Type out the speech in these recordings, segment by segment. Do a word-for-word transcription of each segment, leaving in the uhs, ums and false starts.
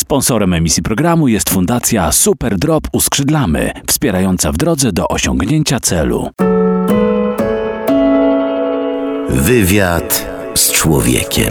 Sponsorem emisji programu jest Fundacja Super Drop Uskrzydlamy, wspierająca w drodze do osiągnięcia celu. Wywiad z człowiekiem.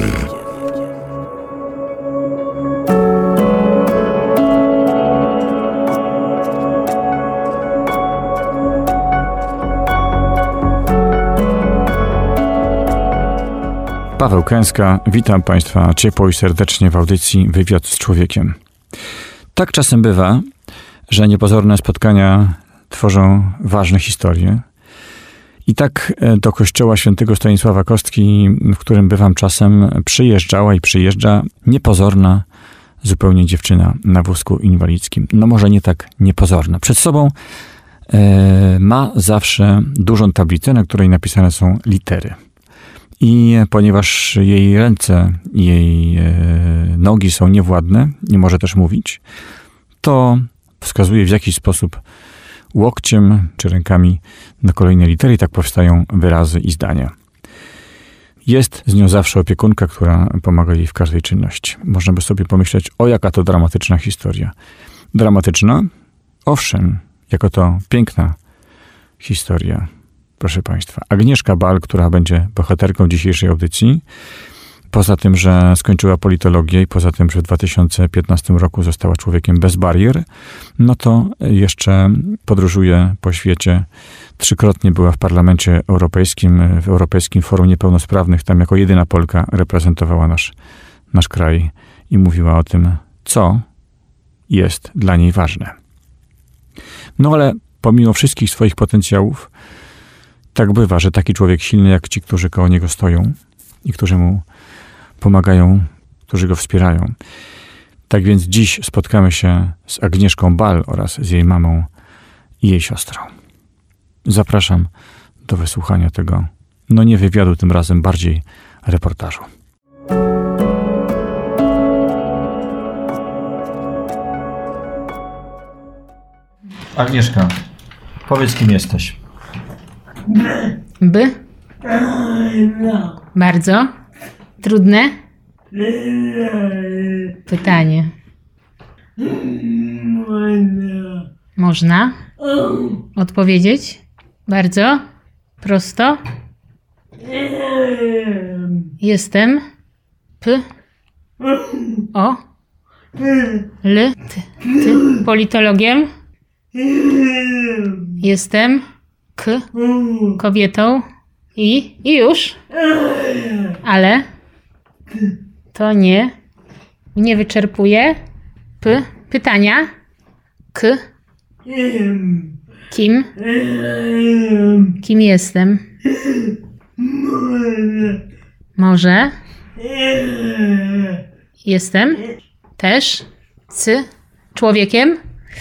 Paweł Kęska, witam Państwa ciepło i serdecznie w audycji Wywiad z człowiekiem. Tak czasem bywa, że niepozorne spotkania tworzą ważne historie. I tak do kościoła świętego Stanisława Kostki, w którym bywam czasem, przyjeżdżała i przyjeżdża niepozorna zupełnie dziewczyna na wózku inwalidzkim. No może nie tak niepozorna. Przed sobą e, ma zawsze dużą tablicę, na której napisane są litery. I ponieważ jej ręce, jej e, nogi są niewładne, nie może też mówić, to wskazuje w jakiś sposób łokciem czy rękami na kolejne litery i tak powstają wyrazy i zdania. Jest z nią zawsze opiekunka, która pomaga jej w każdej czynności. Można by sobie pomyśleć, o jaka to dramatyczna historia. Dramatyczna? Owszem, jako to piękna historia. Proszę Państwa, Agnieszka Bal, która będzie bohaterką dzisiejszej audycji, poza tym, że skończyła politologię i poza tym, że w dwa tysiące piętnastym roku została człowiekiem bez barier, no to jeszcze podróżuje po świecie. Trzykrotnie była w Parlamencie Europejskim, w Europejskim Forum Niepełnosprawnych. Tam jako jedyna Polka reprezentowała nasz, nasz kraj i mówiła o tym, co jest dla niej ważne. No ale pomimo wszystkich swoich potencjałów, tak bywa, że taki człowiek silny jak ci, którzy koło niego stoją i którzy mu pomagają, którzy go wspierają. Tak więc dziś spotkamy się z Agnieszką Bal oraz z jej mamą i jej siostrą. Zapraszam do wysłuchania tego, no nie wywiadu, tym razem bardziej reportażu. Agnieszka, powiedz, kim jesteś. By? Bardzo? Trudne? Pytanie. Można? Odpowiedzieć? Bardzo? Prosto? Jestem? P? O? L? Ty? Ty? Politologiem? Jestem? K? Kobietą? I? I już? Ale? To nie. Nie wyczerpuje. P? Pytania? K? Kim? Kim jestem? Może? Jestem? Też? C? Człowiekiem?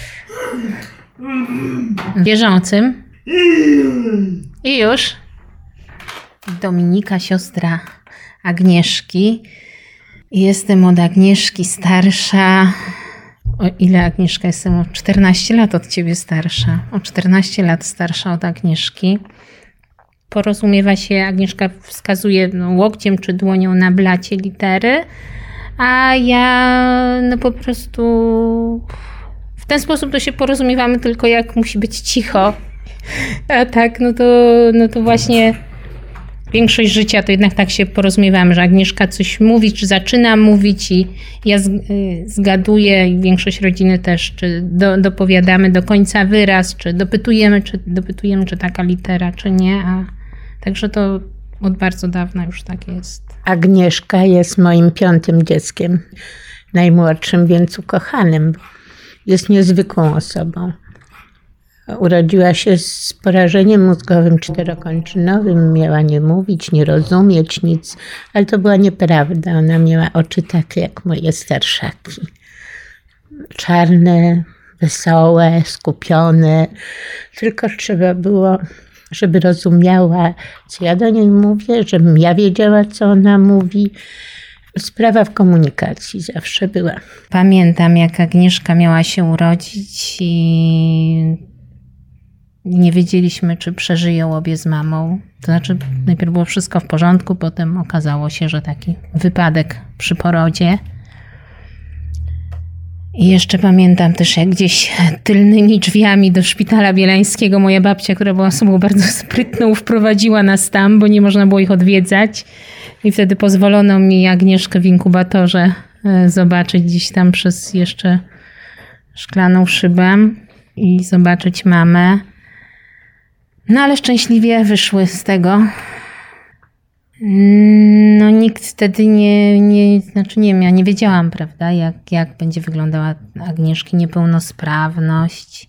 Wierzącym? I już? Dominika, siostra Agnieszki. Jestem od Agnieszki starsza. O ile, Agnieszka? Jestem o czternaście lat od ciebie starsza. O czternaście lat starsza od Agnieszki. Porozumiewa się, Agnieszka wskazuje no, łokciem czy dłonią na blacie litery, a ja no po prostu w ten sposób to się porozumiewamy tylko jak musi być cicho. A tak, no to, no to właśnie większość życia to jednak tak się porozumiewamy, że Agnieszka coś mówi, czy zaczyna mówić i ja zgaduję i większość rodziny też, czy do, dopowiadamy do końca wyraz, czy dopytujemy, czy dopytujemy, czy taka litera, czy nie. A także to od bardzo dawna już tak jest. Agnieszka jest moim piątym dzieckiem, najmłodszym, więc ukochanym. Jest niezwykłą osobą. Urodziła się z porażeniem mózgowym czterokończynowym, miała nie mówić, nie rozumieć nic, ale to była nieprawda. Ona miała oczy takie jak moje starszaki. Czarne, wesołe, skupione. Tylko trzeba było, żeby rozumiała, co ja do niej mówię, żebym ja wiedziała, co ona mówi. Sprawa w komunikacji zawsze była. Pamiętam, jak Agnieszka miała się urodzić i nie wiedzieliśmy, czy przeżyją obie z mamą. To znaczy, najpierw było wszystko w porządku, potem okazało się, że taki wypadek przy porodzie. I jeszcze pamiętam też, jak gdzieś tylnymi drzwiami do szpitala bielańskiego moja babcia, która była osobą bardzo sprytną, wprowadziła nas tam, bo nie można było ich odwiedzać. I wtedy pozwolono mi Agnieszkę w inkubatorze zobaczyć gdzieś tam przez jeszcze szklaną szybę i zobaczyć mamę. No ale szczęśliwie wyszły z tego. No nikt wtedy nie, nie, znaczy nie wiem, ja nie wiedziałam, prawda, jak, jak będzie wyglądała Agnieszki niepełnosprawność,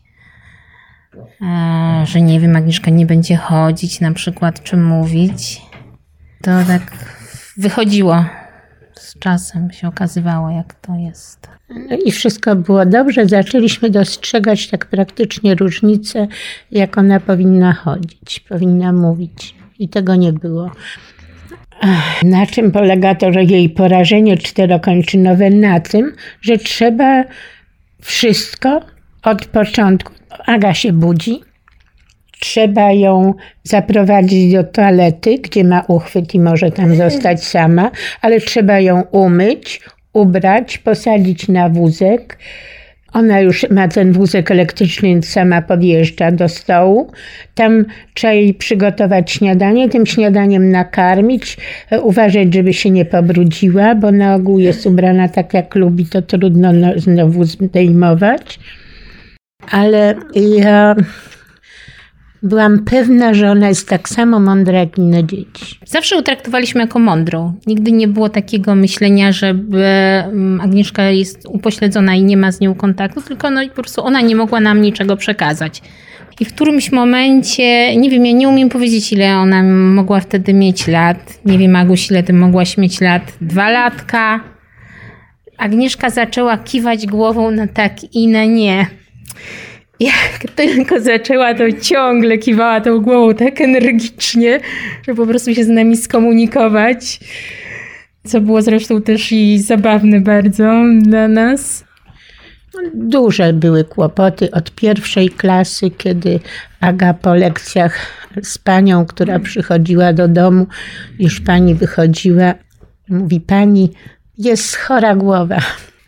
e, że nie wiem, Agnieszka nie będzie chodzić na przykład, czy mówić. To tak wychodziło z czasem, się okazywało, jak to jest. No i wszystko było dobrze. Zaczęliśmy dostrzegać tak praktycznie różnicę, jak ona powinna chodzić, powinna mówić. I tego nie było. Na czym polega to, że jej porażenie czterokończynowe? Na tym, że trzeba wszystko od początku. Aga się budzi. Trzeba ją zaprowadzić do toalety, gdzie ma uchwyt i może tam zostać sama, ale trzeba ją umyć, ubrać, posadzić na wózek. Ona już ma ten wózek elektryczny, więc sama podjeżdża do stołu. Tam trzeba jej przygotować śniadanie, tym śniadaniem nakarmić, uważać, żeby się nie pobrudziła, bo na ogół jest ubrana tak, jak lubi, to trudno znowu zdejmować. Ale ja byłam pewna, że ona jest tak samo mądra, jak inne dzieci. Zawsze ją traktowaliśmy jako mądrą. Nigdy nie było takiego myślenia, żeby Agnieszka jest upośledzona i nie ma z nią kontaktu, tylko no, po prostu ona nie mogła nam niczego przekazać. I w którymś momencie, nie wiem, ja nie umiem powiedzieć, ile ona mogła wtedy mieć lat. Nie wiem, Aguś, ile ty mogłaś mieć lat? Dwa latka. Agnieszka zaczęła kiwać głową na tak i na nie. Jak tylko zaczęła, to ciągle kiwała tą głową tak energicznie, że po prostu się z nami skomunikować. Co było zresztą też i zabawne bardzo dla nas. Duże były kłopoty od pierwszej klasy, kiedy Aga po lekcjach z panią, która przychodziła do domu, już pani wychodziła, mówi: pani, jest chora głowa.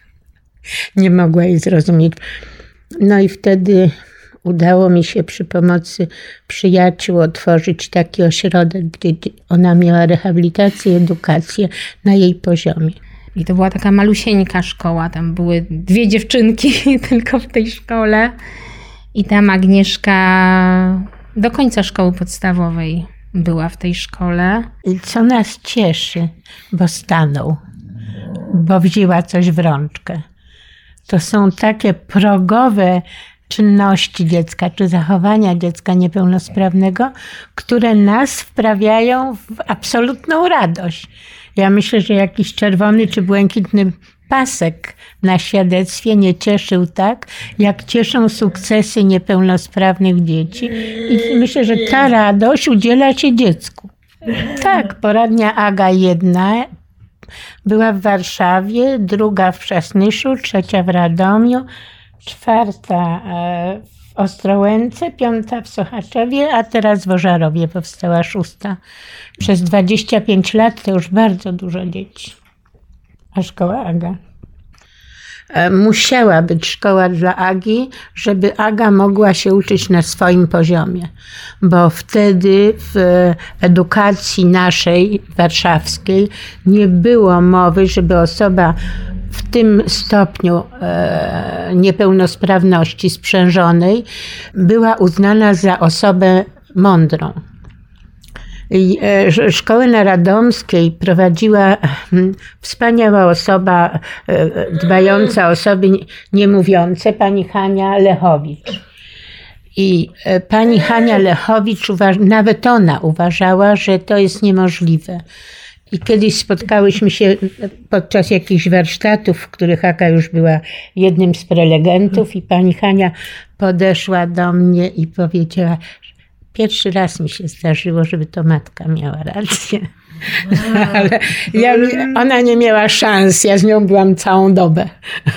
Nie mogła jej zrozumieć. No i wtedy udało mi się przy pomocy przyjaciół otworzyć taki ośrodek, gdzie ona miała rehabilitację, edukację na jej poziomie. I to była taka malusieńka szkoła, tam były dwie dziewczynki tylko w tej szkole. I tam Agnieszka do końca szkoły podstawowej była w tej szkole. I co nas cieszy, bo stanął, bo wzięła coś w rączkę. To są takie progowe czynności dziecka, czy zachowania dziecka niepełnosprawnego, które nas wprawiają w absolutną radość. Ja myślę, że jakiś czerwony czy błękitny pasek na świadectwie nie cieszył tak, jak cieszą sukcesy niepełnosprawnych dzieci. I myślę, że ta radość udziela się dziecku. Tak, poradnia Aga jedna była w Warszawie, druga w Przasnyszu, trzecia w Radomiu, czwarta w Ostrołęce, piąta w Sochaczewie, a teraz w Ożarowie powstała szósta. Przez dwadzieścia pięć lat to już bardzo dużo dzieci. A szkoła Aga? Musiała być szkoła dla Agi, żeby Aga mogła się uczyć na swoim poziomie, bo wtedy w edukacji naszej warszawskiej nie było mowy, żeby osoba w tym stopniu e, niepełnosprawności sprzężonej była uznana za osobę mądrą. I, e, szkołę na Radomskiej prowadziła wspaniała osoba, e, dbająca o osoby niemówiące, pani Hania Lechowicz. I e, pani Hania Lechowicz, uważ- nawet ona uważała, że to jest niemożliwe. I kiedyś spotkałyśmy się podczas jakichś warsztatów, w których Aga już była jednym z prelegentów, i pani Hania podeszła do mnie i powiedziała: pierwszy raz mi się zdarzyło, żeby to matka miała rację. Ale ja, ona nie miała szans, ja z nią byłam całą dobę.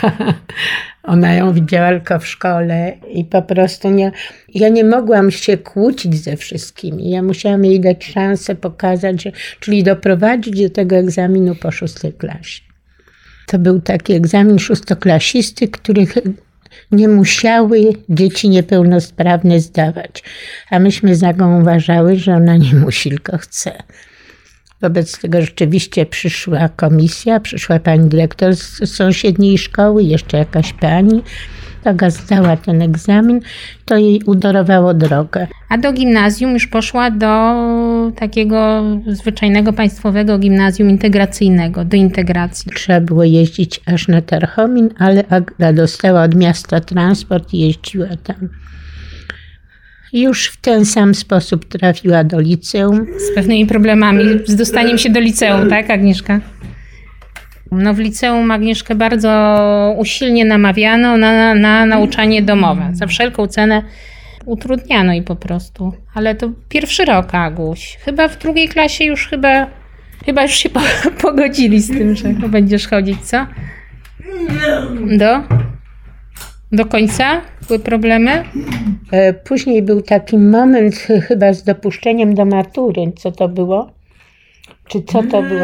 Ona ją widziała tylko w szkole i po prostu nie, ja nie mogłam się kłócić ze wszystkimi. Ja musiałam jej dać szansę pokazać, że, czyli doprowadzić do tego egzaminu po szóstej klasie. To był taki egzamin szóstoklasisty, których nie musiały dzieci niepełnosprawne zdawać. A myśmy za nią uważały, że ona nie musi, tylko chce. Wobec tego rzeczywiście przyszła komisja, przyszła pani dyrektor z sąsiedniej szkoły, jeszcze jakaś pani. Taka zdała ten egzamin, to jej udorowało drogę. A do gimnazjum już poszła do takiego zwyczajnego państwowego gimnazjum integracyjnego, do integracji. Trzeba było jeździć aż na Tarchomin, ale Aga dostała od miasta transport i jeździła tam. Już w ten sam sposób trafiła do liceum. Z pewnymi problemami, z dostaniem się do liceum, tak Agnieszka? No w liceum Agnieszkę bardzo usilnie namawiano na, na, na nauczanie domowe. Za wszelką cenę utrudniano i po prostu. Ale to pierwszy rok, Aguś. Chyba w drugiej klasie już chyba, chyba już się po, pogodzili z tym, że będziesz chodzić, co? Do? Do końca były problemy? Później był taki moment chyba z dopuszczeniem do matury. Co to było? Czy co to było?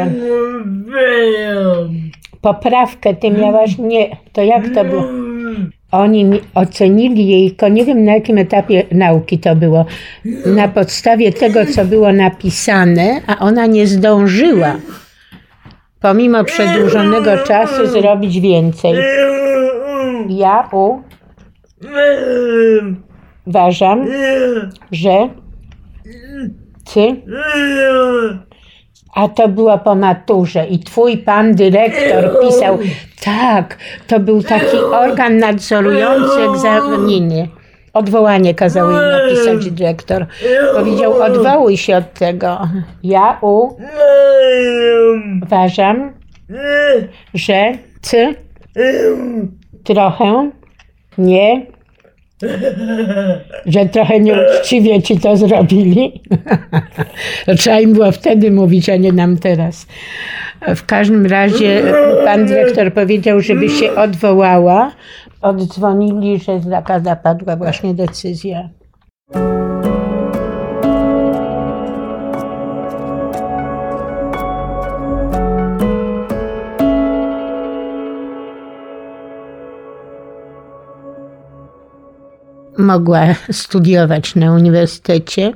Poprawkę ty miałaś? Nie. To jak to było? Oni mi ocenili jej, tylko nie wiem na jakim etapie nauki to było, na podstawie tego, co było napisane, a ona nie zdążyła, pomimo przedłużonego czasu, zrobić więcej. Ja uważam, że ty... A to było po maturze i twój pan dyrektor pisał, tak, to był taki organ nadzorujący egzaminy. Odwołanie kazał jej napisać dyrektor. Powiedział, odwołuj się od tego. Ja uważam, że ty trochę nie... Że trochę nieuczciwie ci to zrobili. Trzeba im było wtedy mówić, a nie nam teraz. W każdym razie pan dyrektor powiedział, żeby się odwołała. Oddzwonili, że taka zapadła właśnie decyzja. Mogła studiować na uniwersytecie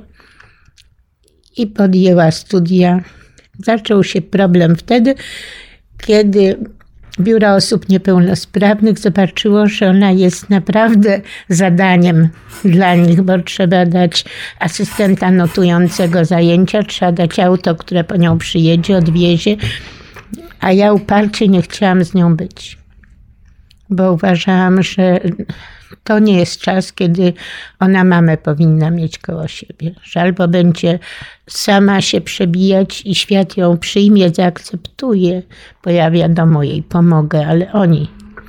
i podjęła studia. Zaczął się problem wtedy, kiedy Biuro Osób Niepełnosprawnych zobaczyło, że ona jest naprawdę zadaniem dla nich, bo trzeba dać asystenta notującego zajęcia, trzeba dać auto, które po nią przyjedzie, odwiezie, a ja uparcie nie chciałam z nią być, bo uważałam, że to nie jest czas, kiedy ona mamę powinna mieć koło siebie. Że albo będzie sama się przebijać i świat ją przyjmie, zaakceptuje, bo ja wiadomo jej pomogę, ale oni.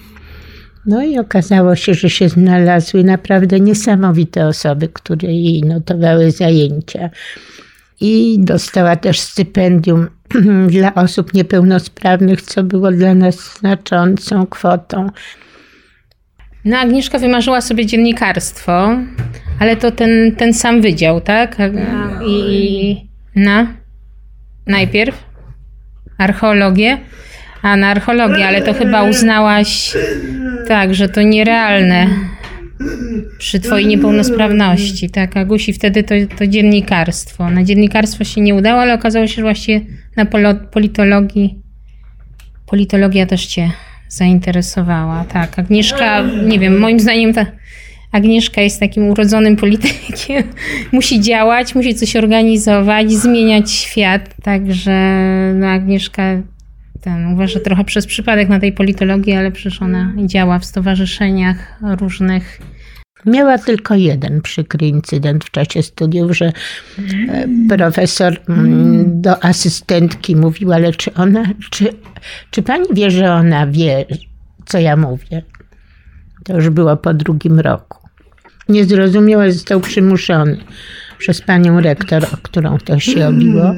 No i okazało się, że się znalazły naprawdę niesamowite osoby, które jej notowały zajęcia. I dostała też stypendium dla osób niepełnosprawnych, co było dla nas znaczącą kwotą. No Agnieszka wymarzyła sobie dziennikarstwo, ale to ten, ten sam wydział, tak? I, i na najpierw archeologię, a na archeologię, ale to chyba uznałaś tak, że to nierealne przy twojej niepełnosprawności, tak? Agusi wtedy to, to dziennikarstwo. Na dziennikarstwo się nie udało, ale okazało się, że właśnie na politologii politologia też cię zainteresowała. Tak, Agnieszka, nie wiem, moim zdaniem ta Agnieszka jest takim urodzonym politykiem. Musi działać, musi coś organizować, zmieniać świat. Także no Agnieszka ten, uważa trochę przez przypadek na tej politologii, ale przecież ona działa w stowarzyszeniach różnych. Miała tylko jeden przykry incydent w czasie studiów, że profesor do asystentki mówił, ale czy ona, czy, czy pani wie, że ona wie, co ja mówię? To już było po drugim roku. Nie zrozumiała, że został przymuszony przez panią rektor, o którą to się obiło,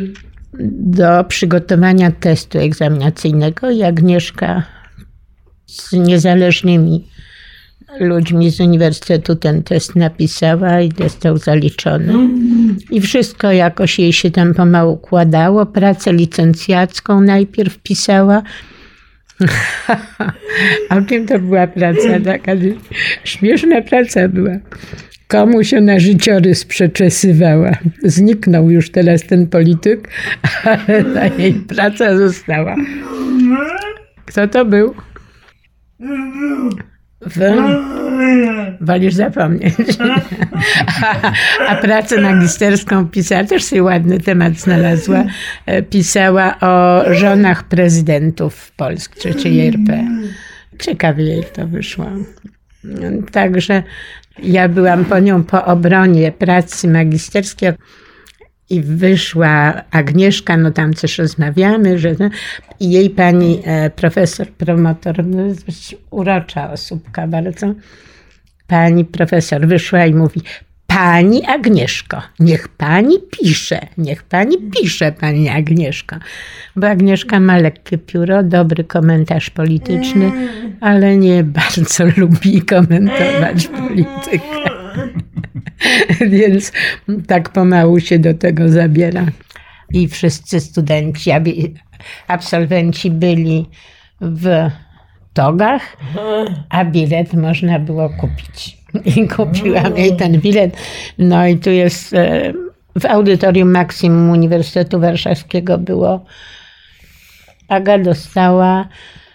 do przygotowania testu egzaminacyjnego i Agnieszka z niezależnymi ludźmi z uniwersytetu ten test napisała i został zaliczony. I wszystko jakoś jej się tam pomału układało. Pracę licencjacką najpierw pisała, A w czym to była praca? Taka śmieszna praca była. Komuś ona życiorys przeczesywała. Zniknął już teraz ten polityk, ale ta jej praca została. Kto to był? Wy? Wolisz zapomnieć. A, a pracę magisterską pisała, też sobie ładny temat znalazła, pisała o żonach prezydentów Polski, trzeciej R P. Ciekawie jej to wyszło. Także ja byłam po nią po obronie pracy magisterskiej i wyszła Agnieszka, no tam coś rozmawiamy, że i jej pani e, profesor, promotor, no, urocza osóbka bardzo, pani profesor wyszła i mówi: pani Agnieszko, niech pani pisze, niech pani pisze, pani Agnieszko. Bo Agnieszka ma lekkie pióro, dobry komentarz polityczny, ale nie bardzo lubi komentować politykę. Więc tak pomału się do tego zabiera. I wszyscy studenci, absolwenci byli w togach, a bilet można było kupić. I kupiłam jej ten bilet. No i tu jest w audytorium Maksimum Uniwersytetu Warszawskiego było. Aga dostała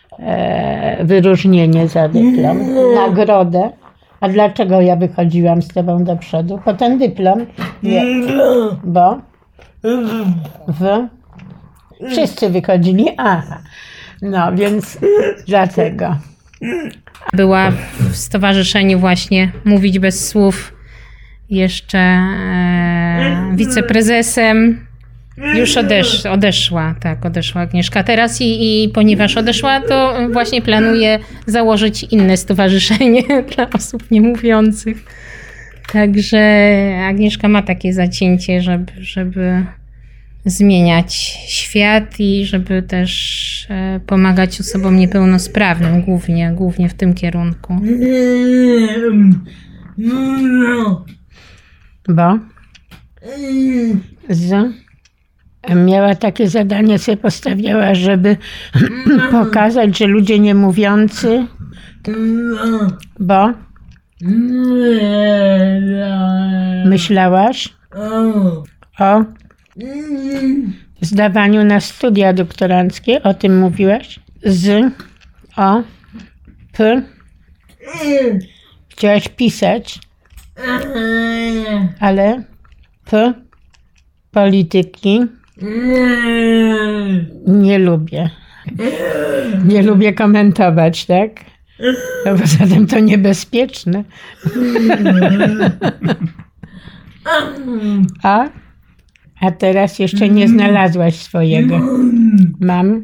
wyróżnienie za dyplom, nagrodę. A dlaczego ja wychodziłam z tobą do przodu? Po ten dyplom. Nie. Bo? W? Wszyscy wychodzili? Aha. No więc dlatego. Była w stowarzyszeniu właśnie Mówić bez słów, jeszcze e, wiceprezesem. Już odesz, odeszła, tak, odeszła Agnieszka teraz i, i ponieważ odeszła, to właśnie planuje założyć inne stowarzyszenie dla osób niemówiących. Także Agnieszka ma takie zacięcie, żeby, żeby zmieniać świat i żeby też pomagać osobom niepełnosprawnym, głównie, głównie w tym kierunku. Bo? Z? Miała takie zadanie, sobie postawiała, żeby pokazać, że ludzie niemówiący, bo myślałaś o zdawaniu na studia doktoranckie, o tym mówiłaś, z, o, p, chciałaś pisać, ale p, polityki nie lubię. Nie lubię komentować, tak? A poza tym to niebezpieczne. A? A teraz jeszcze nie znalazłaś swojego. Mam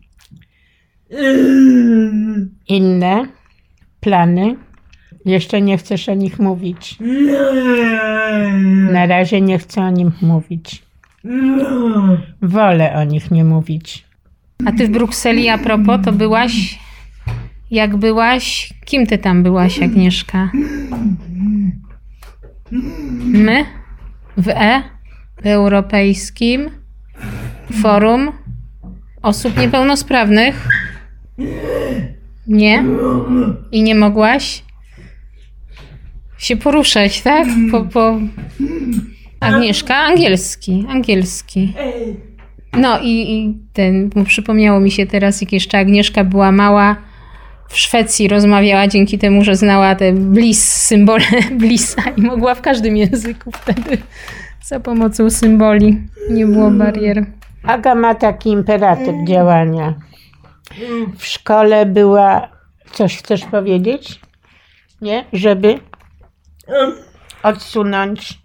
inne plany. Jeszcze nie chcesz o nich mówić. Na razie nie chcę o nich mówić. Wolę o nich nie mówić. A ty w Brukseli, a propos, to byłaś, jak byłaś, kim ty tam byłaś, Agnieszka? My? W E? W Europejskim Forum Osób Niepełnosprawnych? Nie? I nie mogłaś się poruszać, tak? Po, po... Agnieszka, angielski, angielski. No i, i ten, bo przypomniało mi się teraz, jak jeszcze Agnieszka była mała, w Szwecji rozmawiała dzięki temu, że znała te bliss, symbole blissa i mogła w każdym języku wtedy za pomocą symboli. Nie było barier. Aga ma taki imperatyw działania. W szkole była... Coś chcesz powiedzieć? Nie? Żeby odsunąć...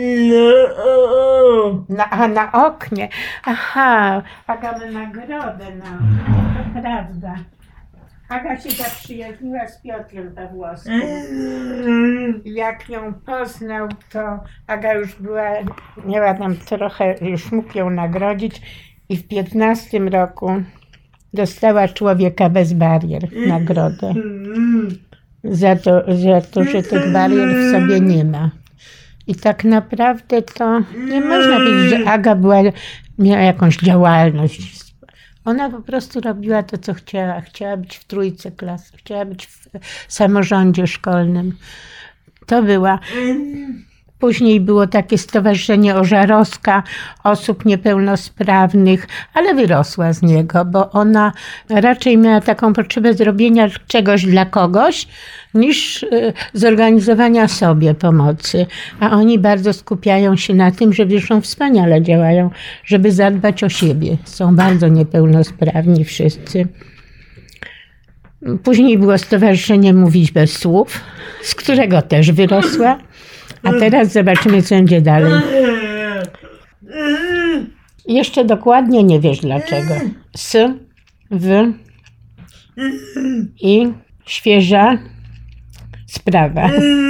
Na, a na oknie. Aha, Aga ma nagrodę na oknie. To prawda. Aga się zaprzyjaźniła z Piotrem Pawłowskim. Jak ją poznał, to Aga już była, miała tam trochę, już mógł ją nagrodzić i w piętnastym roku dostała Człowieka bez barier nagrodę. Za to, za to, że tych barier w sobie nie ma. I tak naprawdę to nie można powiedzieć, że Aga była, miała jakąś działalność Ona po prostu robiła to, co chciała. Chciała być w trójce klas, chciała być w samorządzie szkolnym. To była... Później było takie stowarzyszenie Ożarowska osób niepełnosprawnych, ale wyrosła z niego, bo ona raczej miała taką potrzebę zrobienia czegoś dla kogoś, niż zorganizowania sobie pomocy. A oni bardzo skupiają się na tym, że zresztą wspaniale działają, żeby zadbać o siebie. Są bardzo niepełnosprawni wszyscy. Później było stowarzyszenie Mówić bez słów, z którego też wyrosła. A teraz zobaczymy, co będzie dalej. Jeszcze dokładnie nie wiesz dlaczego. S, W i świeża sprawa.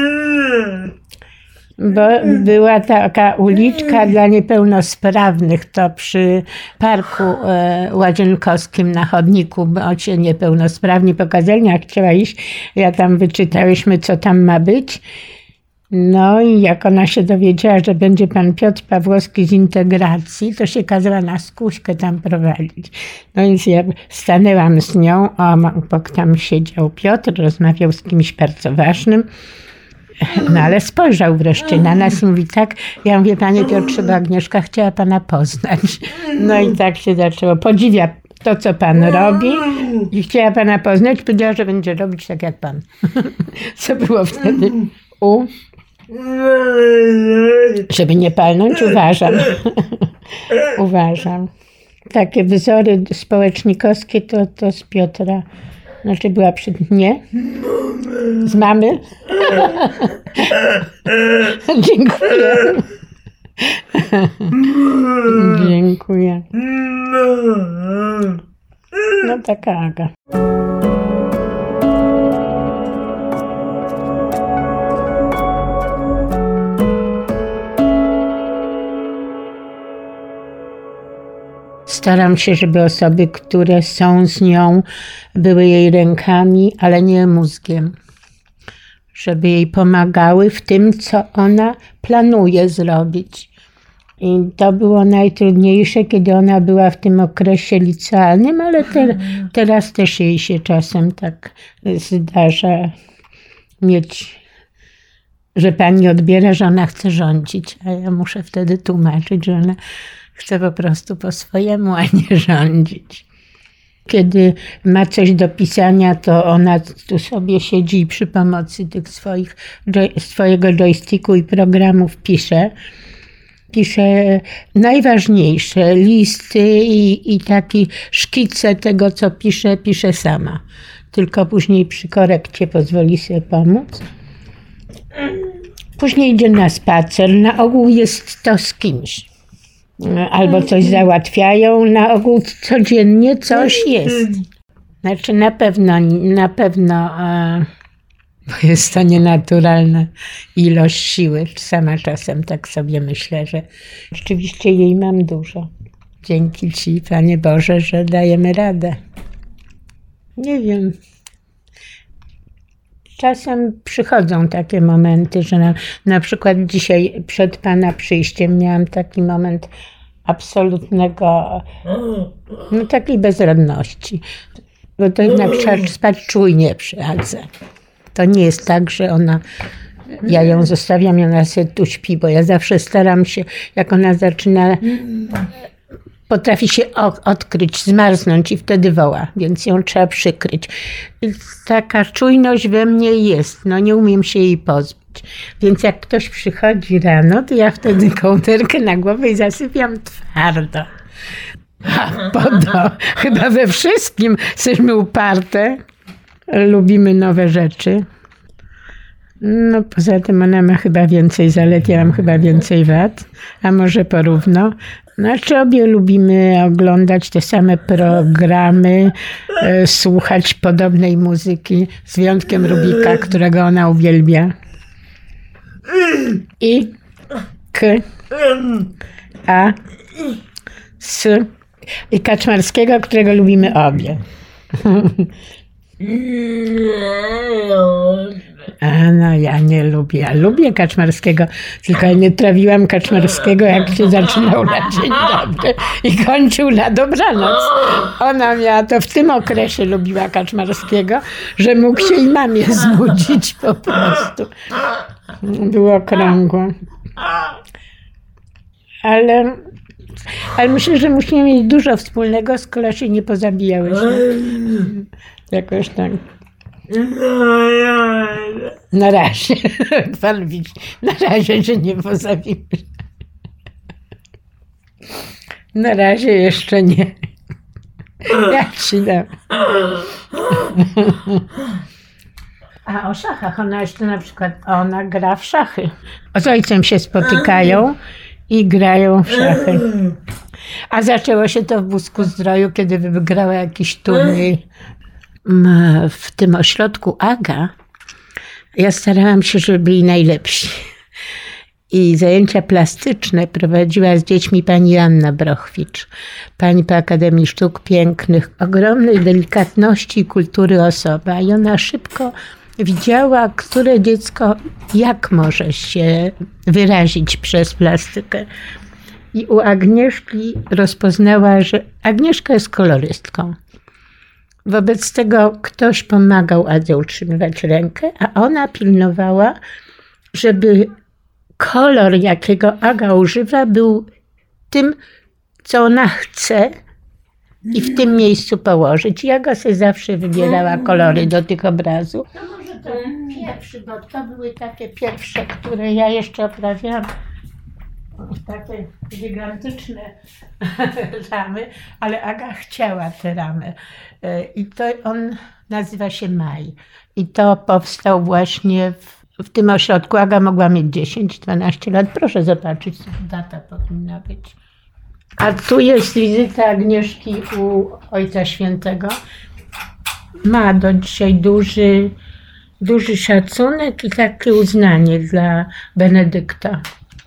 Bo była taka uliczka dla niepełnosprawnych, to przy Parku Ładzienkowskim na chodniku, bo ci niepełnosprawni pokazali, jak chciała iść. Ja tam wyczytałyśmy, co tam ma być. No i jak ona się dowiedziała, że będzie pan Piotr Pawłowski z integracji, to się kazała na skóśkę tam prowadzić. No więc ja stanęłam z nią, a obok tam siedział Piotr, rozmawiał z kimś bardzo ważnym. No ale spojrzał wreszcie na nas i mówi tak, ja mówię, panie Piotrze, bo Agnieszka chciała pana poznać. No i tak się zaczęło. Podziwia to, co pan robi i chciała pana poznać, powiedziała, że będzie robić tak jak pan. Co było wtedy u... Żeby nie palnąć, uważam. Uważam. Takie wzory społecznikowskie to, to z Piotra. Znaczy była przy... Nie? Z mamy? Dziękuję. Dziękuję. No taka Aga. Staram się, żeby osoby, które są z nią, były jej rękami, ale nie mózgiem. Żeby jej pomagały w tym, co ona planuje zrobić. I to było najtrudniejsze, kiedy ona była w tym okresie licealnym, ale te, teraz też jej się czasem tak zdarza mieć, że pani odbiera, że ona chce rządzić, a ja muszę wtedy tłumaczyć, że ona chce po prostu po swojemu, a nie rządzić. Kiedy ma coś do pisania, to ona tu sobie siedzi i przy pomocy tych swoich, swojego joysticku i programów pisze. Pisze najważniejsze listy i, i takie szkice tego, co pisze, pisze sama. Tylko później przy korekcie pozwoli sobie pomóc. Później idzie na spacer. Na ogół jest to z kimś. Albo coś załatwiają, na ogół codziennie coś jest. Znaczy na pewno, na pewno, bo jest to nienaturalna ilość siły. Sama czasem tak sobie myślę, że rzeczywiście jej mam dużo. Dzięki Ci, Panie Boże, że dajemy radę. Nie wiem. Czasem przychodzą takie momenty, że na, na przykład dzisiaj przed Pana przyjściem miałam taki moment absolutnego, no takiej bezradności. Bo to jednak trzeba spać czujnie przy Adze. To nie jest tak, że ona, ja ją zostawiam i ona sobie tu śpi, bo ja zawsze staram się, jak ona zaczyna, potrafi się odkryć, zmarznąć i wtedy woła, więc ją trzeba przykryć. I taka czujność we mnie jest, no nie umiem się jej pozbyć. Więc jak ktoś przychodzi rano, to ja wtedy kołderkę na głowę i zasypiam twardo. A, podo, chyba we wszystkim jesteśmy uparte, lubimy nowe rzeczy. No poza tym ona ma chyba więcej zalet, ja mam chyba więcej wad, a może porówno. Znaczy obie lubimy oglądać te same programy, e, słuchać podobnej muzyki, z wyjątkiem Rubika, którego ona uwielbia. I, K, A, S i Kaczmarskiego, którego lubimy obie. A, A no, ja nie lubię. Ja lubię Kaczmarskiego, tylko ja nie trawiłam Kaczmarskiego, jak się zaczynał na dzień dobry i kończył na dobranoc. Ona miała to w tym okresie lubiła Kaczmarskiego, że mógł się i mamie znudzić po prostu. Było okrągło. Ale, ale myślę, że musimy mieć dużo wspólnego, skoro się nie pozabijałyśmy. Jakoś tak. Na razie, pan widzi, na razie, że nie pozabimy. Na razie jeszcze nie. Ja ci dam. A o szachach, ona jeszcze na przykład, ona gra w szachy. Z ojcem się spotykają i grają w szachy. A zaczęło się to w Busku-Zdroju, kiedy wygrała jakiś turniej. W tym ośrodku Aga ja starałam się, żeby byli najlepsi. I zajęcia plastyczne prowadziła z dziećmi pani Joanna Brochwicz. Pani po Akademii Sztuk Pięknych, ogromnej delikatności i kultury osoba. I ona szybko widziała, które dziecko jak może się wyrazić przez plastykę. I u Agnieszki rozpoznała, że Agnieszka jest kolorystką. Wobec tego ktoś pomagał Adze utrzymywać rękę, a ona pilnowała, żeby kolor, jakiego Aga używa, był tym, co ona chce i w tym miejscu położyć. I Aga sobie zawsze wybierała kolory do tych obrazów. No może to pierwszy, bo to były takie pierwsze, które ja jeszcze oprawiałam. Takie gigantyczne ramy, ale Aga chciała te ramy. I to on nazywa się Maj. I to powstał właśnie w, w tym ośrodku. Aga mogła mieć dziesięć dwanaście lat. Proszę zobaczyć, co data powinna być. A tu jest wizyta Agnieszki u Ojca Świętego. Ma do dzisiaj duży, duży szacunek i takie uznanie dla Benedykta.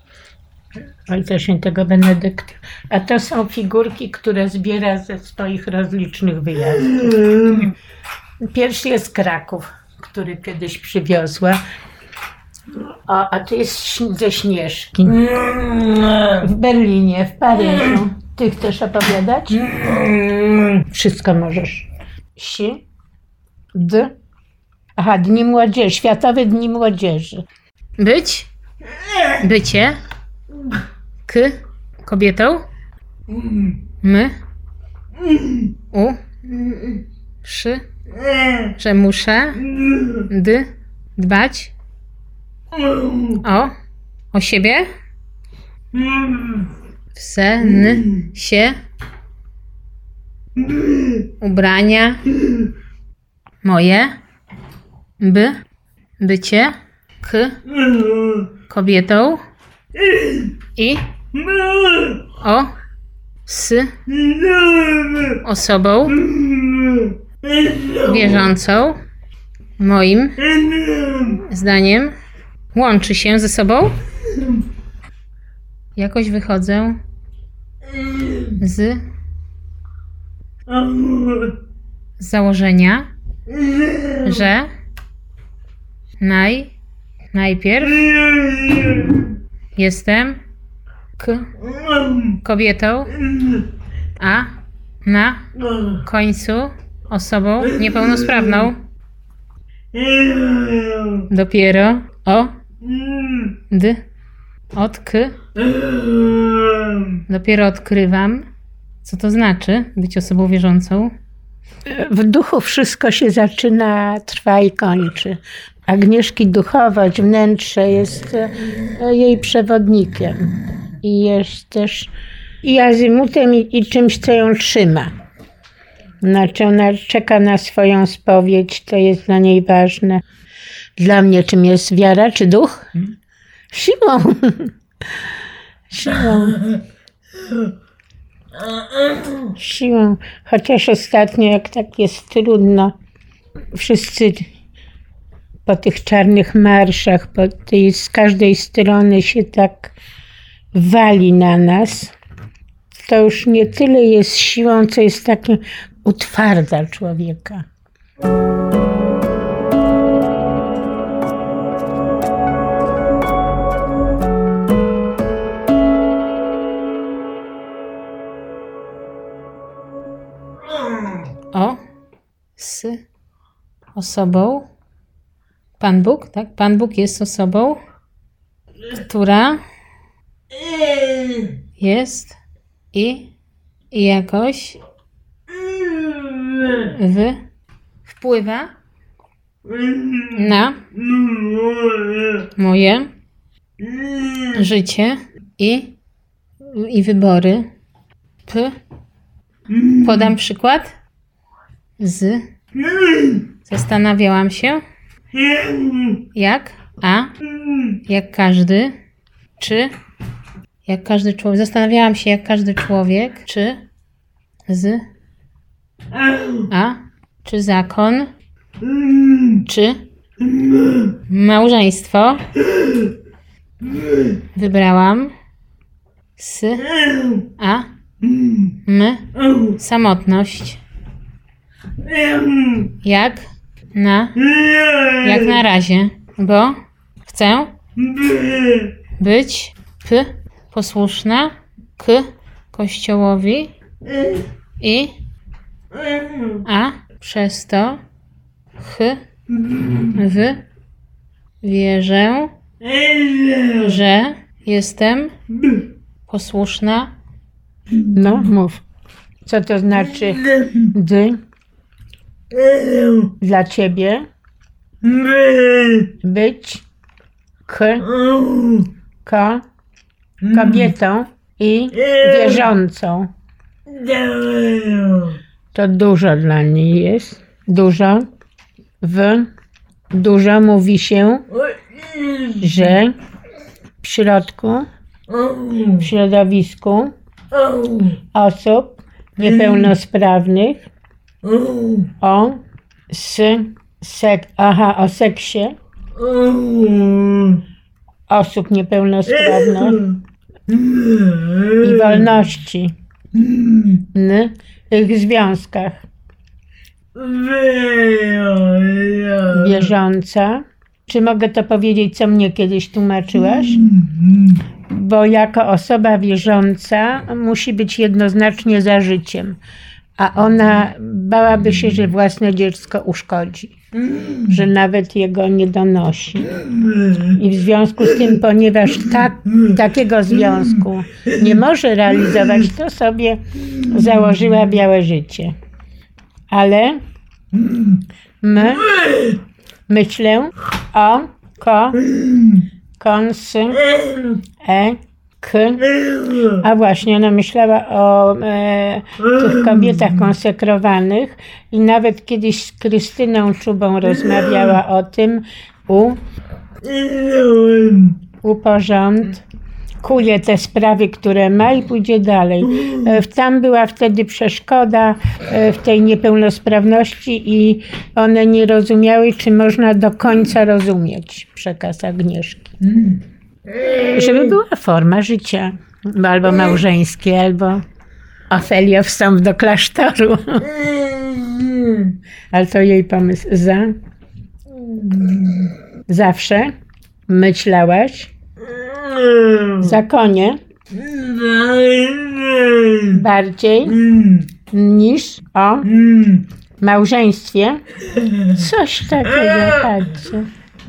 Ojca Świętego Benedykta. A to są figurki, które zbiera ze swoich rozlicznych wyjazdów. Pierwszy jest Kraków, który kiedyś przywiozła. O, a to jest ze Śnieżki. W Berlinie, w Paryżu. Ty chcesz opowiadać? Wszystko możesz. Si, D. Aha, Dni Młodzieży, Światowe Dni Młodzieży. Być? Bycie? K? Kobietą? My? U? Szy? Że muszę? D? Dbać? O? O siebie? W se? N? Sie? Ubrania? Moje? B? Bycie? K? Kobietą? I? O? S? Osobą? Wierzącą? Moim zdaniem łączy się ze sobą? Jakoś wychodzę z, z założenia, że naj, najpierw jestem k, kobietą, a na końcu osobą niepełnosprawną. Dopiero o d od k dopiero odkrywam, co to znaczy być osobą wierzącą. W duchu wszystko się zaczyna, trwa i kończy. Agnieszki duchowość, wnętrze jest jej przewodnikiem i jest też i azymutem i, i czymś, co ją trzyma. Znaczy ona czeka na swoją spowiedź, to jest dla niej ważne. Dla mnie czym jest wiara czy duch? Siłą. Siłą. Siłą. Chociaż ostatnio, jak tak jest trudno, wszyscy po tych czarnych marszach, po tej, z każdej strony się tak wali na nas, to już nie tyle jest siłą, co jest takim utwardza człowieka. osobą. Pan Bóg, tak? Pan Bóg jest osobą, która jest i, i jakoś w, wpływa na moje życie i, i wybory. P. Podam przykład. Z. Zastanawiałam się. Jak? A. Jak każdy. Czy. Jak każdy człowiek. Zastanawiałam się, jak każdy człowiek. Czy. Z. A. Czy zakon. Czy. Małżeństwo. Wybrałam. S. A. M. Samotność. Jak na, jak na razie, bo chcę być p, posłuszna k, Kościołowi i a przez to ch, w, wierzę, że jestem posłuszna. No, mów. Co to znaczy d dla ciebie? Być k, ko, kobietą i wierzącą. To dużo dla niej jest. Dużo. W dużo mówi się, że w środku, w środowisku osób niepełnosprawnych o s, sek, aha, o seksie osób niepełnosprawnych i wolności n, ich związkach. Wierząca. Czy mogę to powiedzieć, co mnie kiedyś tłumaczyłaś? Bo jako osoba wierząca musi być jednoznacznie za życiem, a ona bałaby się, że własne dziecko uszkodzi, że nawet jego nie donosi. I w związku z tym, ponieważ tak, takiego związku nie może realizować, to sobie założyła białe życie. Ale my, myślę o ko, kons, e, k, a właśnie ona myślała o e, tych kobietach konsekrowanych i nawet kiedyś z Krystyną Czubą rozmawiała o tym, u, uporządkuje te sprawy, które ma i pójdzie dalej. E, tam była wtedy przeszkoda e, w tej niepełnosprawności i one nie rozumiały, czy można do końca rozumieć przekaz Agnieszki. Żeby była forma życia, albo małżeńskie, albo Ofelio wstąp do klasztoru. Ale to jej pomysł. Za zawsze myślałaś w zakonie bardziej niż o małżeństwie. Coś takiego, patrzcie.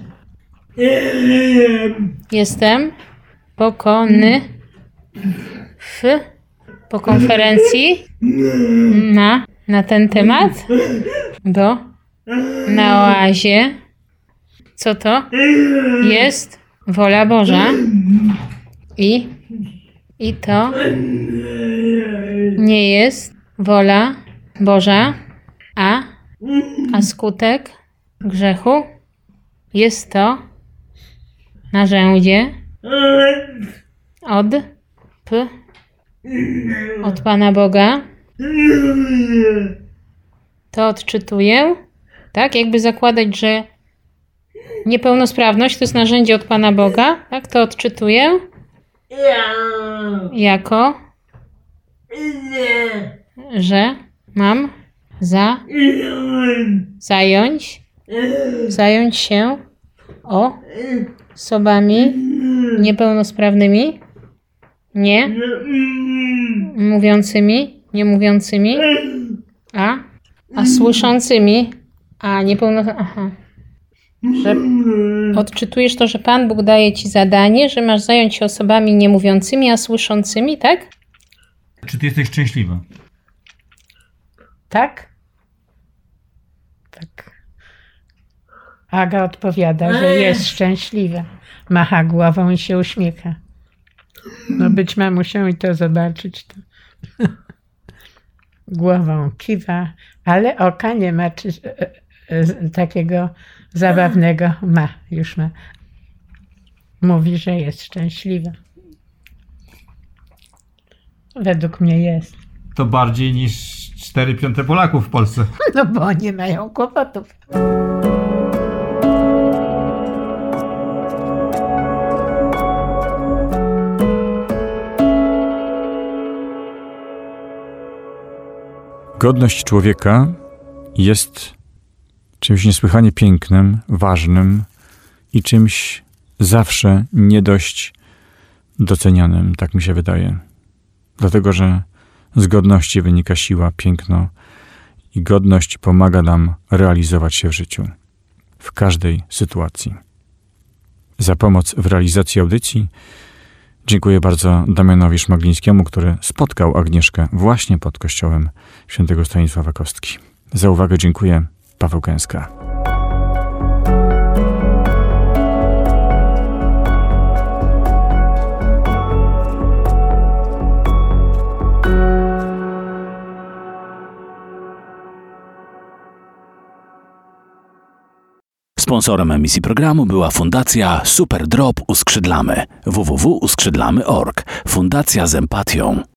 Jestem pokony w, po konferencji na, na ten temat, bo na oazie, co to jest wola Boża i, i to nie jest wola Boża, a, a skutek grzechu jest to narzędzie od P, od Pana Boga. To odczytuję, tak? Jakby zakładać, że niepełnosprawność to jest narzędzie od Pana Boga, tak? To odczytuję jako, że mam za, zająć, zająć się o osobami niepełnosprawnymi, nie mówiącymi, nie mówiącymi, a, a słyszącymi A niepełnosprawność. Aha. Że odczytujesz to, że Pan Bóg daje ci zadanie, że masz zająć się osobami niemówiącymi, a słyszącymi, tak? Czy ty jesteś szczęśliwa? Tak? Tak. Aga odpowiada, że jest szczęśliwa. Macha głową i się uśmiecha. No być mamusią i to zobaczyć. To. Głową kiwa, ale oka nie ma, czy, e, e, takiego zabawnego. Ma, już ma. Mówi, że jest szczęśliwa. Według mnie jest. To bardziej niż cztery piąte Polaków w Polsce. No bo oni mają kłopotów. Godność człowieka jest czymś niesłychanie pięknym, ważnym i czymś zawsze nie dość docenianym, tak mi się wydaje. Dlatego, że z godności wynika siła, piękno i godność pomaga nam realizować się w życiu, w każdej sytuacji. Za pomoc w realizacji audycji dziękuję bardzo Damianowi Szmaglińskiemu, który spotkał Agnieszkę właśnie pod kościołem świętego Stanisława Kostki. Za uwagę dziękuję. Paweł Kęska. Sponsorem emisji programu była Fundacja Super Drop Uskrzydlamy. w w w kropka uskrzydlamy kropka org. Fundacja z empatią.